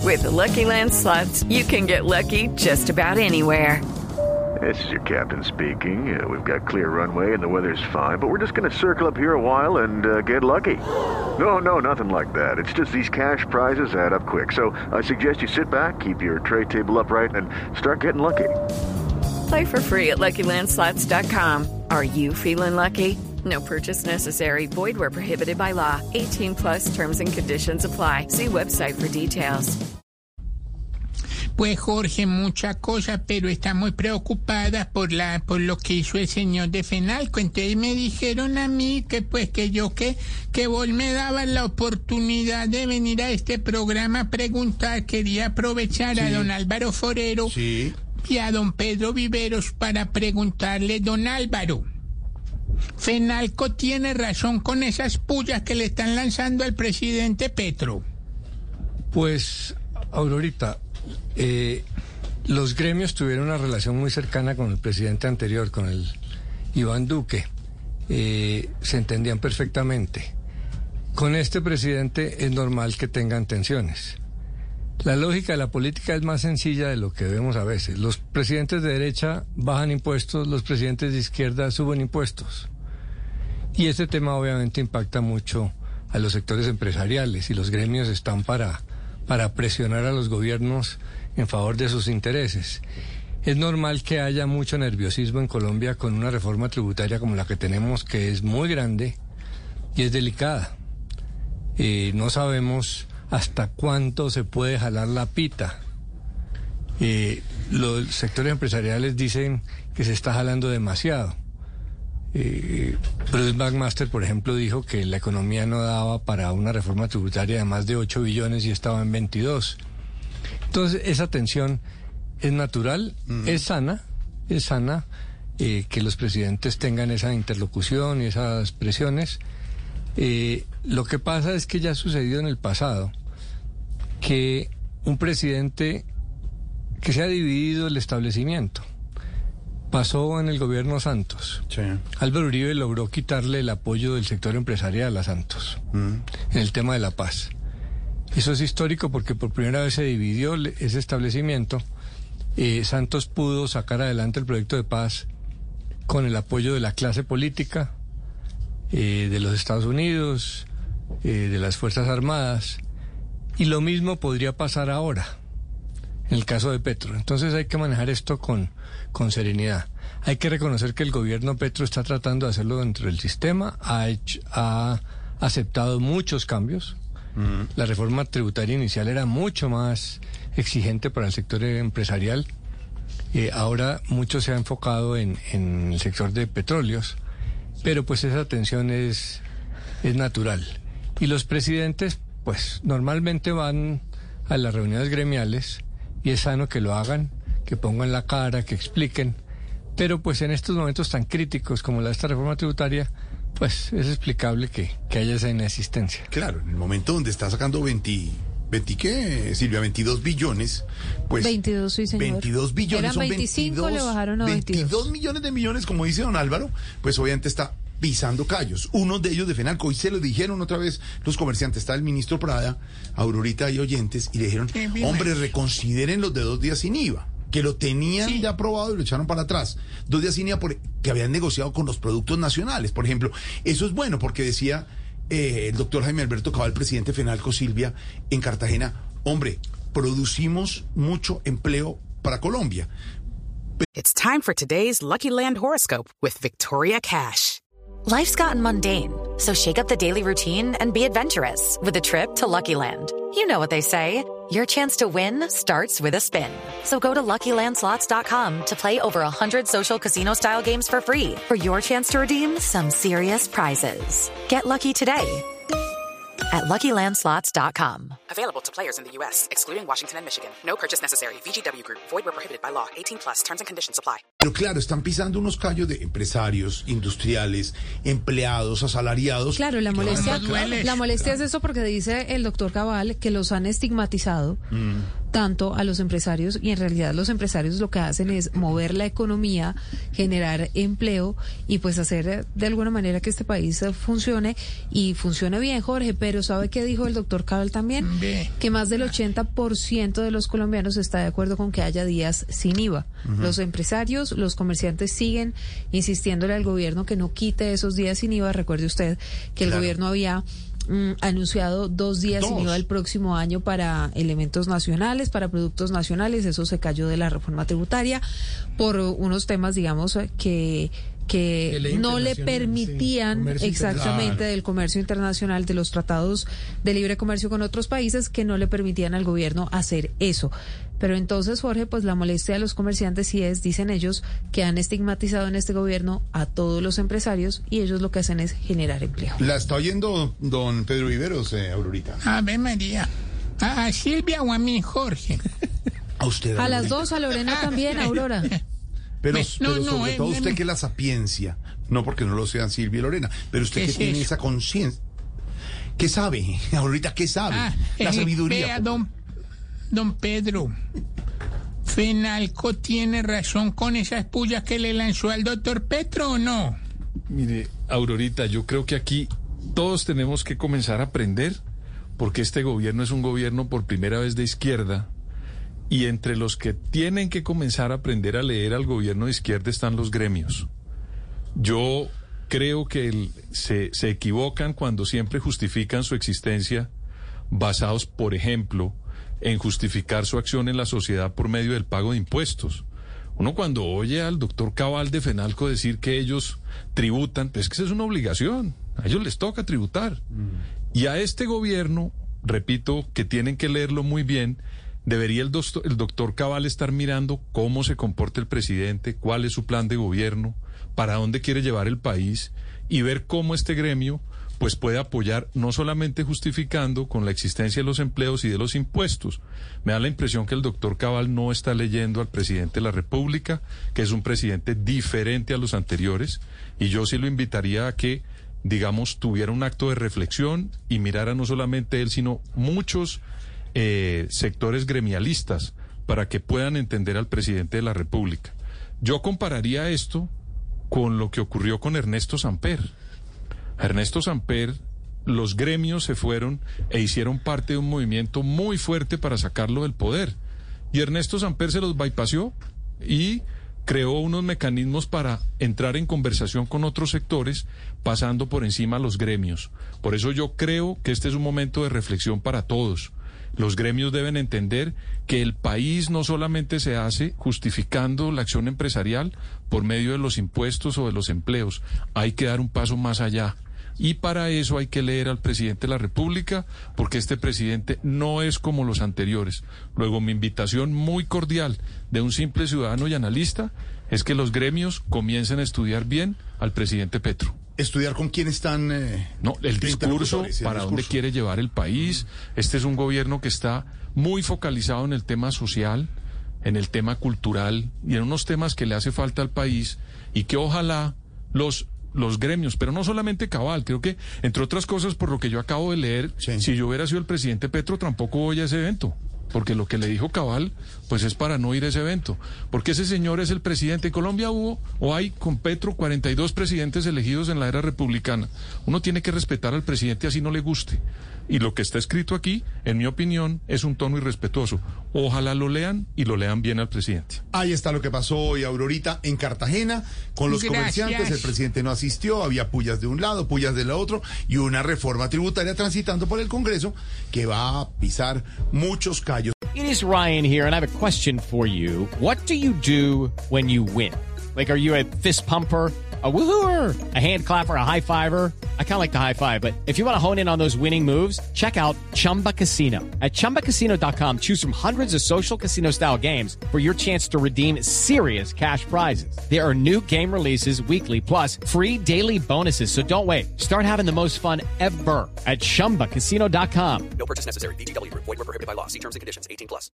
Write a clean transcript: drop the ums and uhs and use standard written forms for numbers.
With the Lucky Land Slots, you can get lucky just about anywhere. This is your captain speaking. We've got clear runway and the weather's fine, but we're just going to circle up here a while and get lucky. No, nothing like that. It's just these cash prizes add up quick. So I suggest you sit back, keep your tray table upright, and start getting lucky. Play for free at LuckyLandSlots.com. Are you feeling lucky? No purchase necessary. Void where prohibited by law. 18 plus terms and conditions apply. See website for details. Pues Jorge, mucha cosa, pero estamos preocupadas por lo que hizo el señor de Fenalco. Entonces me dijeron a mí que vos me dabas la oportunidad de venir a este programa a preguntar. Quería aprovechar a don Álvaro Forero y a don Pedro Viveros para preguntarle, don Álvaro, ¿Fenalco tiene razón con esas pullas que le están lanzando al presidente Petro? Pues, Aurorita, los gremios tuvieron una relación muy cercana con el presidente anterior, con el Iván Duque. Se entendían perfectamente. Con este presidente es normal que tengan tensiones. La lógica de la política es más sencilla de lo que vemos a veces. Los presidentes de derecha bajan impuestos, los presidentes de izquierda suben impuestos. Y este tema obviamente impacta mucho a los sectores empresariales, y los gremios están para presionar a los gobiernos en favor de sus intereses. Es normal que haya mucho nerviosismo en Colombia con una reforma tributaria como la que tenemos, que es muy grande y es delicada. No sabemos hasta cuánto se puede jalar la pita. Los sectores empresariales dicen que se está jalando demasiado. Bruce McMaster, por ejemplo, dijo que la economía no daba para una reforma tributaria de más de 8 billones y estaba en 22. Entonces, esa tensión es natural, es sana que los presidentes tengan esa interlocución y esas presiones. Lo que pasa es que ya ha sucedido en el pasado que un presidente que se ha dividido el establecimiento. Pasó en el gobierno Santos. Sí. Álvaro Uribe logró quitarle el apoyo del sector empresarial a Santos en el tema de la paz. Eso es histórico porque por primera vez se dividió ese establecimiento. Santos pudo sacar adelante el proyecto de paz con el apoyo de la clase política, de los Estados Unidos, de las Fuerzas Armadas, y lo mismo podría pasar ahora en el caso de Petro. Entonces hay que manejar esto con serenidad. Hay que reconocer que el gobierno Petro está tratando de hacerlo dentro del sistema, ha aceptado muchos cambios. La reforma tributaria inicial era mucho más exigente para el sector empresarial. Ahora mucho se ha enfocado en el sector de petróleos, pero pues esa tensión es natural. Y los presidentes pues normalmente van a las reuniones gremiales y es sano que lo hagan, que pongan la cara, que expliquen, pero pues en estos momentos tan críticos como la de esta reforma tributaria, pues es explicable que haya esa inexistencia. Claro, en el momento donde está sacando 22 billones, pues... 22, sí, señor. 22 billones, eran son 25, 22, le bajaron a 22 millones de millones, como dice don Álvaro, pues obviamente está pisando callos. Uno de ellos de Fenalco, hoy se lo dijeron otra vez los comerciantes, está el ministro Prada, Aurorita y oyentes, y le dijeron, hombre, reconsideren los de 2 días sin IVA, que lo tenían ya aprobado y lo echaron para atrás. 2 días sin IVA que habían negociado con los productos nacionales, por ejemplo. Eso es bueno, porque decía el doctor Jaime Alberto Cabal, presidente de Fenalco, Silvia, en Cartagena, hombre, producimos mucho empleo para Colombia. It's time for today's Lucky Land horoscope with Victoria Cash. Life's gotten mundane, so shake up the daily routine and be adventurous with a trip to Lucky Land. You know what they say, your chance to win starts with a spin. So go to LuckyLandSlots.com to play over 100 social casino-style games for free for your chance to redeem some serious prizes. Get lucky today at LuckyLandSlots.com. Available to players in the U.S., excluding Washington and Michigan. No purchase necessary. VGW Group. Void where prohibited by law. 18 plus. Terms and conditions apply. Pero claro, están pisando unos callos de empresarios, industriales, empleados, asalariados. Claro, la molestia es eso porque dice el doctor Cabal que los han estigmatizado tanto a los empresarios, y en realidad los empresarios lo que hacen es mover la economía, generar empleo y pues hacer de alguna manera que este país funcione y funcione bien, Jorge. Pero ¿sabe qué dijo el doctor Cabal también? Que más del 80% de los colombianos está de acuerdo con que haya días sin IVA. Los empresarios, los comerciantes siguen insistiéndole al gobierno que no quite esos días sin IVA. Recuerde usted que el gobierno había anunciado 2 días sin IVA el próximo año para elementos nacionales, para productos nacionales. Eso se cayó de la reforma tributaria por unos temas, digamos, que no le permitían exactamente del comercio internacional, de los tratados de libre comercio con otros países, que no le permitían al gobierno hacer eso. Pero entonces, Jorge, pues la molestia de los comerciantes sí es, dicen ellos, que han estigmatizado en este gobierno a todos los empresarios y ellos lo que hacen es generar empleo. La está oyendo don Pedro Viveros, Aurorita. Ave María. ¿A Silvia o a mí, Jorge? A usted, a las dos, a Lorena también, Aurora. Pero sobre todo usted que la sapiencia, no porque no lo sean Silvia y Lorena, pero usted que tiene esa conciencia. ¿Qué sabe, Aurorita? ¿Qué sabe? La sabiduría. Vea, don Pedro, ¿Fenalco tiene razón con esas pullas que le lanzó al doctor Petro o no? Mire, Aurorita, yo creo que aquí todos tenemos que comenzar a aprender, porque este gobierno es un gobierno por primera vez de izquierda, y entre los que tienen que comenzar a aprender a leer al gobierno de izquierda están los gremios. Yo creo que se equivocan cuando siempre justifican su existencia basados, por ejemplo, en justificar su acción en la sociedad por medio del pago de impuestos. Uno cuando oye al doctor Cabal de Fenalco decir que ellos tributan, pues es que esa es una obligación, a ellos les toca tributar. Y a este gobierno, repito, que tienen que leerlo muy bien, debería el doctor Cabal estar mirando cómo se comporta el presidente, cuál es su plan de gobierno, para dónde quiere llevar el país, y ver cómo este gremio pues puede apoyar, no solamente justificando con la existencia de los empleos y de los impuestos. Me da la impresión que el doctor Cabal no está leyendo al presidente de la República, que es un presidente diferente a los anteriores, y yo sí lo invitaría a que, digamos, tuviera un acto de reflexión y mirara no solamente él, sino muchos sectores gremialistas, para que puedan entender al presidente de la República. Yo compararía esto con lo que ocurrió con Ernesto Samper. Ernesto Samper, los gremios se fueron e hicieron parte de un movimiento muy fuerte para sacarlo del poder. Y Ernesto Samper se los bypassó y creó unos mecanismos para entrar en conversación con otros sectores, pasando por encima a los gremios. Por eso yo creo que este es un momento de reflexión para todos. Los gremios deben entender que el país no solamente se hace justificando la acción empresarial por medio de los impuestos o de los empleos. Hay que dar un paso más allá. Y para eso hay que leer al presidente de la República, porque este presidente no es como los anteriores. Luego, mi invitación muy cordial de un simple ciudadano y analista es que los gremios comiencen a estudiar bien al presidente Petro. ¿Estudiar con quién están? No, el discurso, para dónde quiere llevar el país. Este es un gobierno que está muy focalizado en el tema social, en el tema cultural y en unos temas que le hace falta al país, y que ojalá los gremios, pero no solamente Cabal, creo que, entre otras cosas, por lo que yo acabo de leer, si yo hubiera sido el presidente Petro, tampoco voy a ese evento, porque lo que le dijo Cabal, pues es para no ir a ese evento, porque ese señor es el presidente. En Colombia hubo, o hay con Petro, 42 presidentes elegidos en la era republicana. Uno tiene que respetar al presidente así no le guste. Y lo que está escrito aquí, en mi opinión, es un tono irrespetuoso. Ojalá lo lean y lo lean bien al presidente. Ahí está lo que pasó hoy, Aurorita, en Cartagena, con los comerciantes. El presidente no asistió, había pullas de un lado, pullas del otro, y una reforma tributaria transitando por el Congreso que va a pisar muchos callos. It is Ryan here, and I have a question for you. What do you do when you win? Like, are you a fist pumper, a woohooer, a hand clapper, a high fiver? I kind of like the high five, but if you want to hone in on those winning moves, check out Chumba Casino. At ChumbaCasino.com, choose from hundreds of social casino-style games for your chance to redeem serious cash prizes. There are new game releases weekly, plus free daily bonuses, so don't wait. Start having the most fun ever at ChumbaCasino.com. No purchase necessary. VGW Group. Void where prohibited by law. See terms and conditions. 18+.